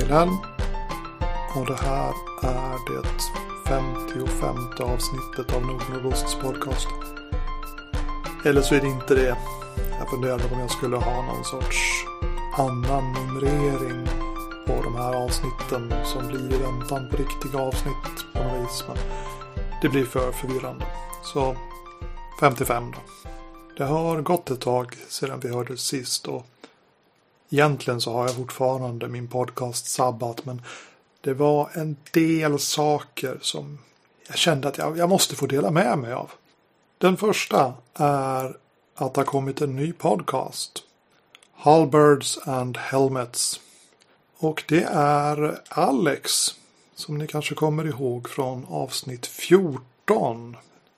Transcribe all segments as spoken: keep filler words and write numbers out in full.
Wilhelm och det här är det femtiofemte avsnittet av Nordnordosts podcast. Eller så är det inte det. Jag funderade på om jag skulle ha någon sorts annan numrering på de här avsnitten som blir i väntan på riktiga avsnitt på något vis. Men det blir för förvirrande. Så femtiofem då. Det har gått ett tag sedan vi hörde sist och egentligen så har jag fortfarande min podcast sabbat, men det var en del saker som jag kände att jag, jag måste få dela med mig av. Den första är att det har kommit en ny podcast. Halberds and Helmets. Och det är Alex, som ni kanske kommer ihåg från avsnitt fjorton.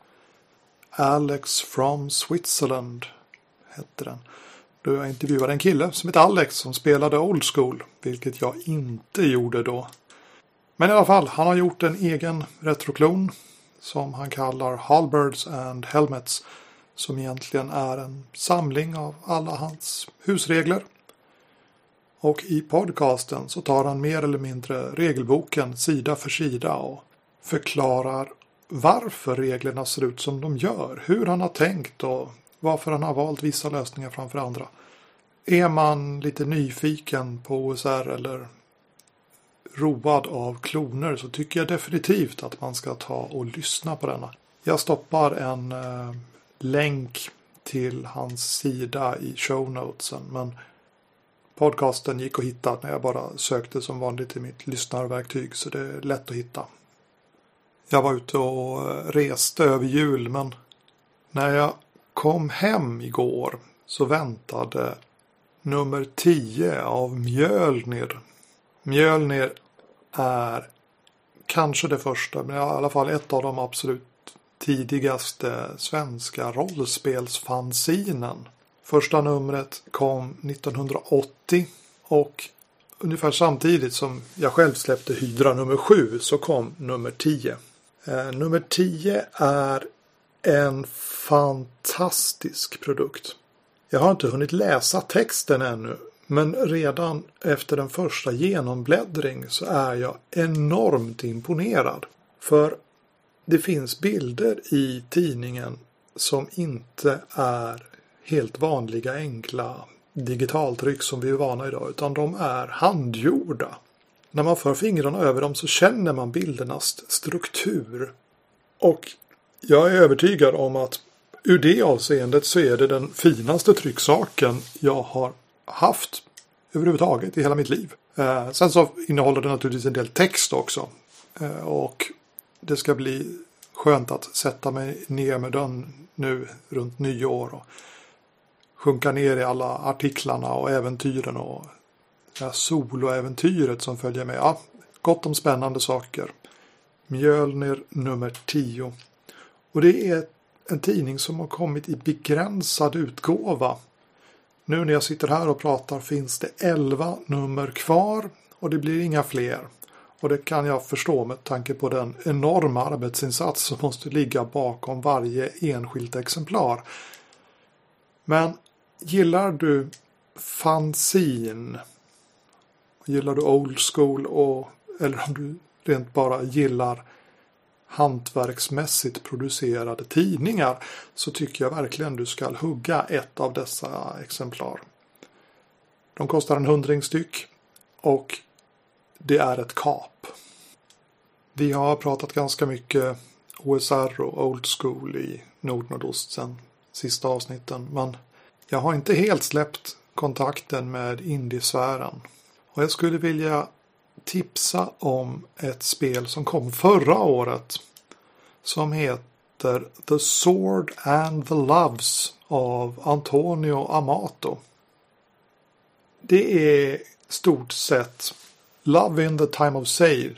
Alex from Switzerland hette den. Då jag intervjuade en kille som heter Alex som spelade Old School, vilket jag inte gjorde då. Men i alla fall, han har gjort en egen retroklon som han kallar Halberds and Helmets, som egentligen är en samling av alla hans husregler. Och i podcasten så tar han mer eller mindre regelboken sida för sida och förklarar varför reglerna ser ut som de gör, hur han har tänkt och varför han har valt vissa lösningar framför andra. Är man lite nyfiken på O S R eller road av kloner så tycker jag definitivt att man ska ta och lyssna på denna. Jag stoppar en eh, länk till hans sida i show notesen, men podcasten gick att hitta när jag bara sökte som vanligt i mitt lyssnarverktyg, så det är lätt att hitta. Jag var ute och reste över jul, men när jag kom hem igår så väntade nummer tio av Mjölnir. Mjölnir är kanske det första, men i alla fall ett av de absolut tidigaste svenska rollspelsfanzinen. Första numret kom nittonhundraåttio och ungefär samtidigt som jag själv släppte Hydra nummer sju så kom nummer tio. Eh, nummer tio är en fantastisk produkt. Jag har inte hunnit läsa texten ännu, men redan efter den första genombläddring så är jag enormt imponerad. För det finns bilder i tidningen som inte är helt vanliga enkla digitaltryck som vi är vana idag, utan de är handgjorda. När man för fingrarna över dem så känner man bildernas struktur. Och jag är övertygad om att ur det avseendet så är det den finaste trycksaken jag har haft överhuvudtaget i hela mitt liv. Eh, sen så innehåller det naturligtvis en del text också. Eh, och det ska bli skönt att sätta mig ner med den nu runt nyår och sjunka ner i alla artiklarna och äventyren och soloäventyret som följer med. Ja, gott om spännande saker. Mjölnir nummer tio. Och det är en tidning som har kommit i begränsad utgåva. Nu när jag sitter här och pratar finns det elva nummer kvar och det blir inga fler. Och det kan jag förstå med tanke på den enorma arbetsinsats som måste ligga bakom varje enskilt exemplar. Men gillar du fanzine? Gillar du old school och, eller om du rent bara gillar hantverksmässigt producerade tidningar, så tycker jag verkligen du ska hugga ett av dessa exemplar. De kostar en hundring styck och det är ett kap. Vi har pratat ganska mycket O S R och old school i Nordnordost sen sista avsnitten, men jag har inte helt släppt kontakten med indiesfären. Och jag skulle vilja tipsa om ett spel som kom förra året som heter The Sword and the Loves av Antonio Amato. Det är stort sett Love in the Time of Save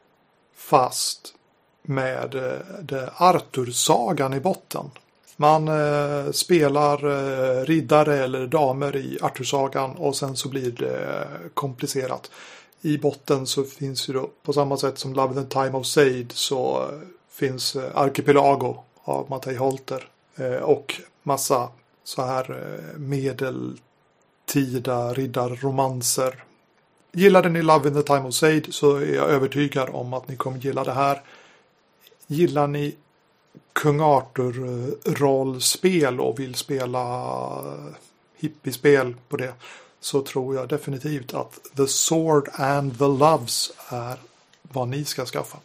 fast med det Arthur-sagan i botten. Man eh, spelar eh, riddare eller damer i Arthur-sagan och sen så blir det komplicerat. I botten så finns ju då, på samma sätt som Love in the Time of Sade, så eh, finns eh, Archipelago av Mattei Holter eh, och massa så här eh, medeltida riddarromanser Gillade ni Love in the Time of Sade så är jag övertygad om att ni kommer gilla det här. Gillar ni Kung Arthur-rollspel och vill spela hippiespel på det, så tror jag definitivt att The Sword and the Loves är vad ni ska skaffa.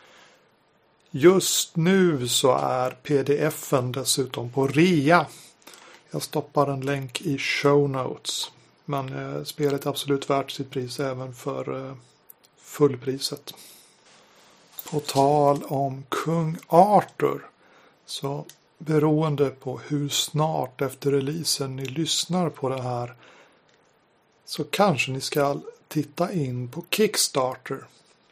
Just nu så är pdf-en dessutom på rea. Jag stoppar en länk i show notes. Men eh, spelet är absolut värt sitt pris även för eh, fullpriset. På tal om Kung Arthur, så beroende på hur snart efter releasen ni lyssnar på det här, så kanske ni ska titta in på Kickstarter.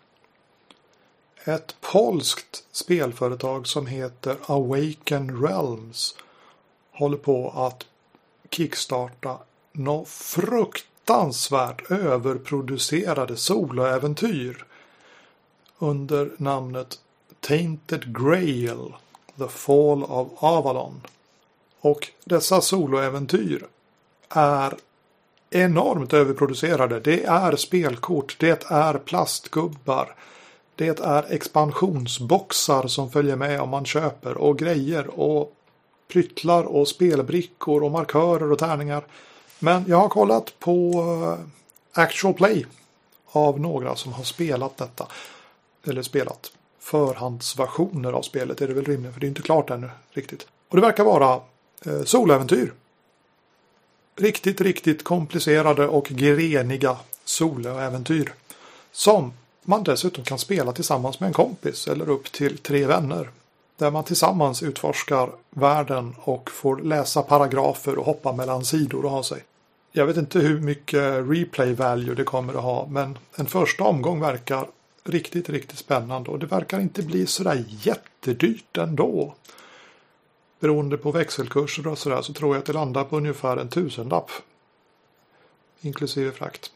Ett polskt spelföretag som heter Awaken Realms håller på att kickstarta något fruktansvärt överproducerade soloäventyr under namnet Tainted Grail, The Fall of Avalon. Och dessa soloäventyr är enormt överproducerade. Det är spelkort, det är plastgubbar, det är expansionsboxar som följer med om man köper, och grejer och pryttlar och spelbrickor och markörer och tärningar. Men jag har kollat på actual play av några som har spelat detta. Eller spelat förhandsversioner av spelet, är det väl rimligt, för det är inte klart ännu riktigt. Och det verkar vara eh, soläventyr. Riktigt, riktigt komplicerade och greniga soläventyr. Som man dessutom kan spela tillsammans med en kompis eller upp till tre vänner. Där man tillsammans utforskar världen och får läsa paragrafer och hoppa mellan sidor och ha sig. Jag vet inte hur mycket replay value det kommer att ha, men en första omgång verkar riktigt, riktigt spännande, och det verkar inte bli sådär jättedyrt ändå. Beroende på växelkurser och sådär så tror jag att det landar på ungefär en tusenlapp. Inklusive frakt.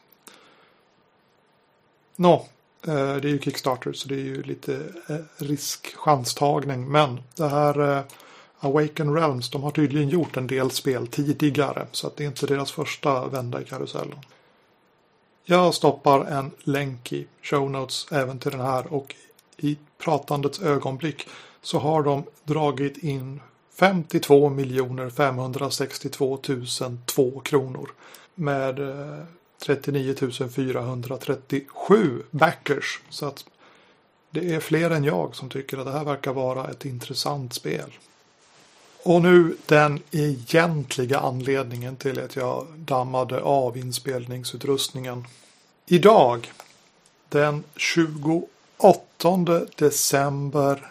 Nå, det är ju Kickstarter så det är ju lite risk-chanstagning, men det här Awaken Realms, de har tydligen gjort en del spel tidigare, så att det är inte deras första vända i karusellen. Jag stoppar en länk i show notes även till den här, och i pratandets ögonblick så har de dragit in femtiotvå miljoner femhundrasextiotvå tusen två kronor med trettionio tusen fyrahundratrettiosju backers, så att det är fler än jag som tycker att det här verkar vara ett intressant spel. Och nu den egentliga anledningen till att jag dammade av inspelningsutrustningen. Idag, den tjugoåttonde december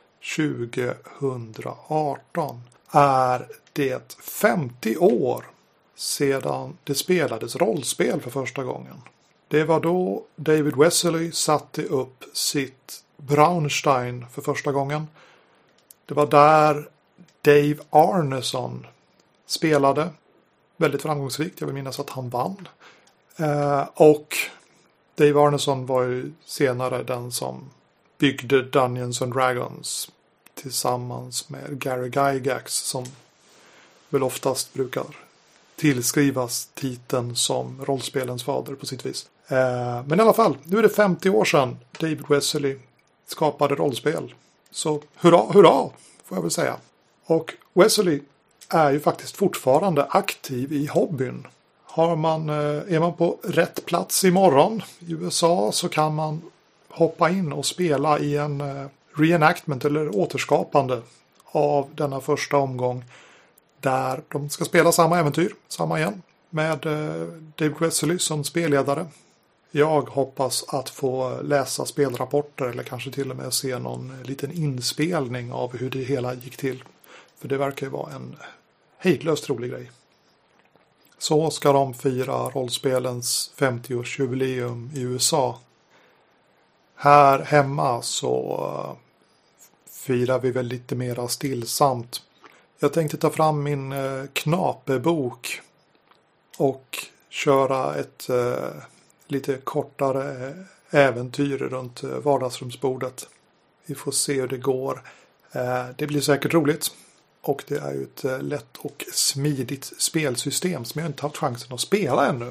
tjugoarton, är det femtio år sedan det spelades rollspel för första gången. Det var då David Wesley satte upp sitt Braunstein för första gången. Det var där Dave Arneson spelade väldigt framgångsrikt. Jag vill minnas att han vann. Eh, och Dave Arneson var ju senare den som byggde Dungeons and Dragons tillsammans med Gary Gygax, som väl oftast brukar tillskrivas titeln som rollspelens fader på sitt vis. Eh, men i alla fall, nu är det femtio år sedan David Wesley skapade rollspel. Så hurra, hurra får jag väl säga. Och Wesley är ju faktiskt fortfarande aktiv i hobbyn. Har man, är man på rätt plats imorgon i U S A så kan man hoppa in och spela i en reenactment eller återskapande av denna första omgång. Där de ska spela samma äventyr, samma igen, med David Wesley som spelledare. Jag hoppas att få läsa spelrapporter eller kanske till och med se någon liten inspelning av hur det hela gick till. För det verkar ju vara en hejdlöst rolig grej. Så ska de fira rollspelens femtioårsjubileum i U S A. Här hemma så firar vi väl lite mera stillsamt. Jag tänkte ta fram min knapebok och köra ett lite kortare äventyr runt vardagsrumsbordet. Vi får se hur det går. Det blir säkert roligt. Och det är ju ett lätt och smidigt spelsystem som jag inte haft chansen att spela ännu.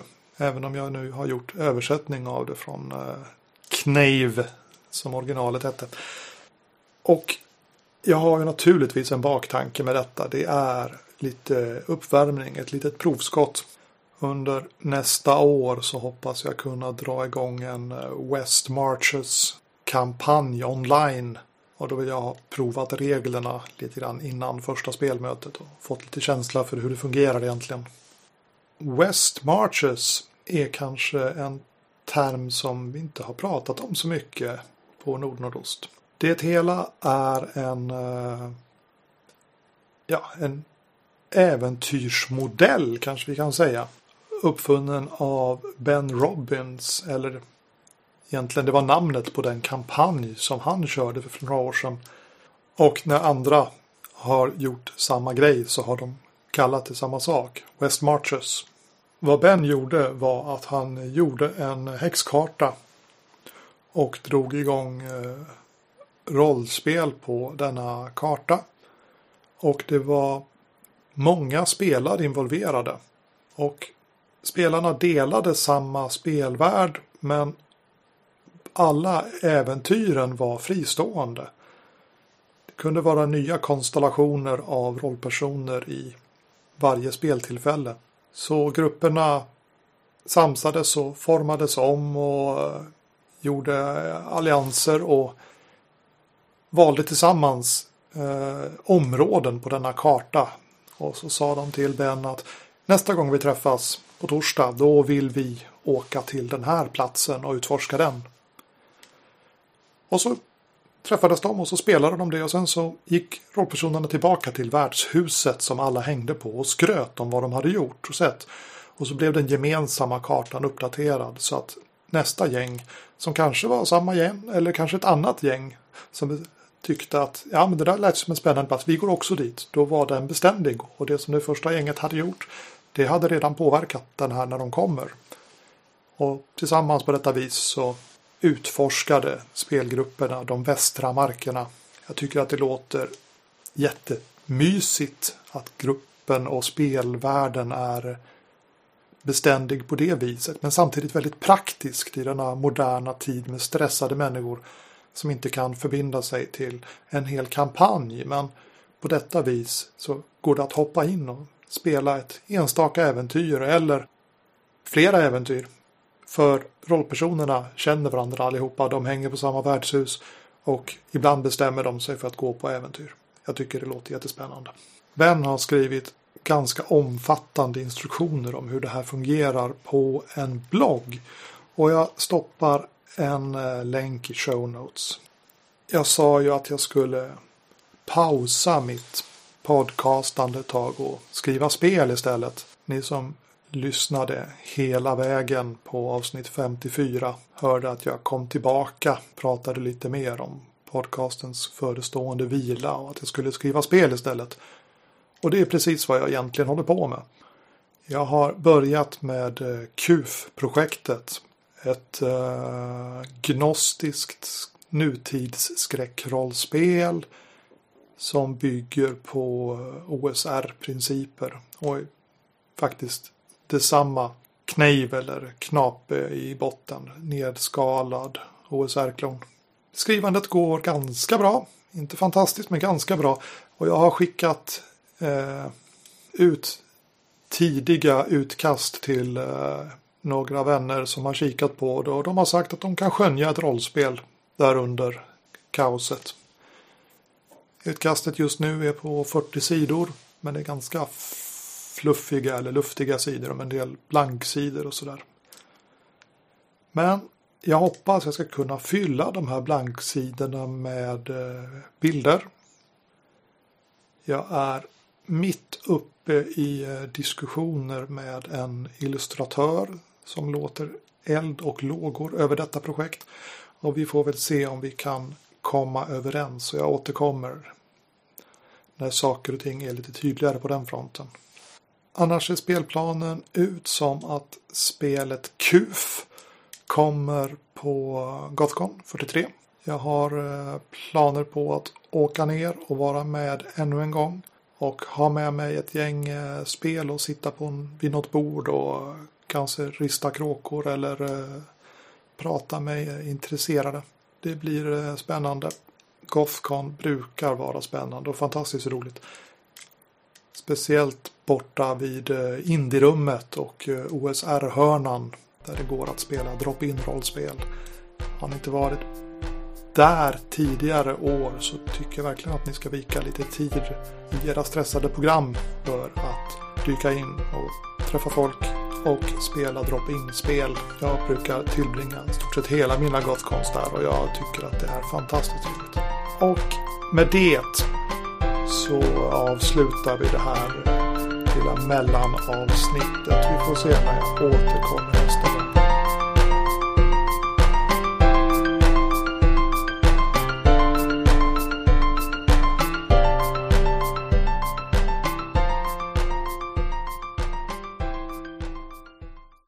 Även om jag nu har gjort översättning av det från eh, Knave som originalet hette. Och jag har ju naturligtvis en baktanke med detta. Det är lite uppvärmning, ett litet provskott. Under nästa år så hoppas jag kunna dra igång en West Marches kampanj online. Och då vill jag ha provat reglerna lite grann innan första spelmötet och fått lite känsla för hur det fungerar egentligen. West Marches är kanske en term som vi inte har pratat om så mycket på Nordnordost. Det hela är en, ja, en äventyrsmodell kanske vi kan säga. Uppfunnen av Ben Robbins, eller egentligen det var namnet på den kampanj som han körde för några år sedan. Och när andra har gjort samma grej så har de kallat det samma sak, West Marches. Vad Ben gjorde var att han gjorde en häxkarta och drog igång eh, rollspel på denna karta. Och det var många spelare involverade. Och spelarna delade samma spelvärld, men alla äventyren var fristående. Det kunde vara nya konstellationer av rollpersoner i varje speltillfälle. Så grupperna samsades och formades om och gjorde allianser och valde tillsammans eh, områden på denna karta. Och så sa de till Ben att nästa gång vi träffas på torsdag, då vill vi åka till den här platsen och utforska den. Och så träffades de och så spelade de det och sen så gick rollpersonerna tillbaka till värdshuset som alla hängde på och skröt om vad de hade gjort och sett. Och så blev den gemensamma kartan uppdaterad så att nästa gäng, som kanske var samma gäng eller kanske ett annat gäng som tyckte att ja, men det där lät som en spännande plats, vi går också dit. Då var den beständig och det som det första gänget hade gjort, det hade redan påverkat den här när de kommer. Och tillsammans på detta vis så utforskade spelgrupperna de västra markerna. Jag tycker att det låter jättemysigt att gruppen och spelvärlden är beständig på det viset. Men samtidigt väldigt praktiskt i denna moderna tid med stressade människor som inte kan förbinda sig till en hel kampanj. Men på detta vis så går det att hoppa in och spela ett enstaka äventyr eller flera äventyr. För rollpersonerna känner varandra allihopa, de hänger på samma värdshus och ibland bestämmer de sig för att gå på äventyr. Jag tycker det låter jättespännande. Ben har skrivit ganska omfattande instruktioner om hur det här fungerar på en blogg. Och jag stoppar en länk i show notes. Jag sa ju att jag skulle pausa mitt podcastande ett tag och skriva spel istället. Ni som lyssnade hela vägen på avsnitt femtiofyra hörde att jag kom tillbaka, pratade lite mer om podcastens förestående vila och att jag skulle skriva spel istället. Och det är precis vad jag egentligen håller på med. Jag har börjat med Q F-projektet. Ett uh, gnostiskt nutidsskräckrollspel som bygger på O S R-principer. Och faktiskt detsamma Knave eller Knape i botten. Nedskalad O S R-klon. Skrivandet går ganska bra. Inte fantastiskt men ganska bra. Och jag har skickat eh, ut tidiga utkast till eh, några vänner som har kikat på det. Och de har sagt att de kan skönja ett rollspel där under kaoset. Utkastet just nu är på fyrtio sidor. Men det är ganska fluffiga eller luftiga sidor och en del blanksidor och sådär. Men jag hoppas jag ska kunna fylla de här blanksidorna med bilder. Jag är mitt uppe i diskussioner med en illustratör som låter eld och lågor över detta projekt. Och vi får väl se om vi kan komma överens. Så jag återkommer när saker och ting är lite tydligare på den fronten. Annars ser spelplanen ut som att spelet Q F kommer på Gothcon fyrtiotre. Jag har planer på att åka ner och vara med ännu en gång. Och ha med mig ett gäng spel och sitta på en, vid något bord och veckans Rista kråkor eller eh, prata med intresserade. Det blir eh, spännande. Gothcon brukar vara spännande och fantastiskt roligt. Speciellt borta vid eh, Indierummet och eh, O S R-hörnan där det går att spela drop-in rollspel. Har ni inte varit där tidigare år så tycker jag verkligen att ni ska vika lite tid i era stressade program för att dyka in och träffa folk och spela drop-in-spel. Jag brukar tillbringa i stort sett hela mina Gothcons där och jag tycker att det är fantastiskt roligt. Och med det så avslutar vi det här lilla mellanavsnittet. Vi får se när jag återkommer nästa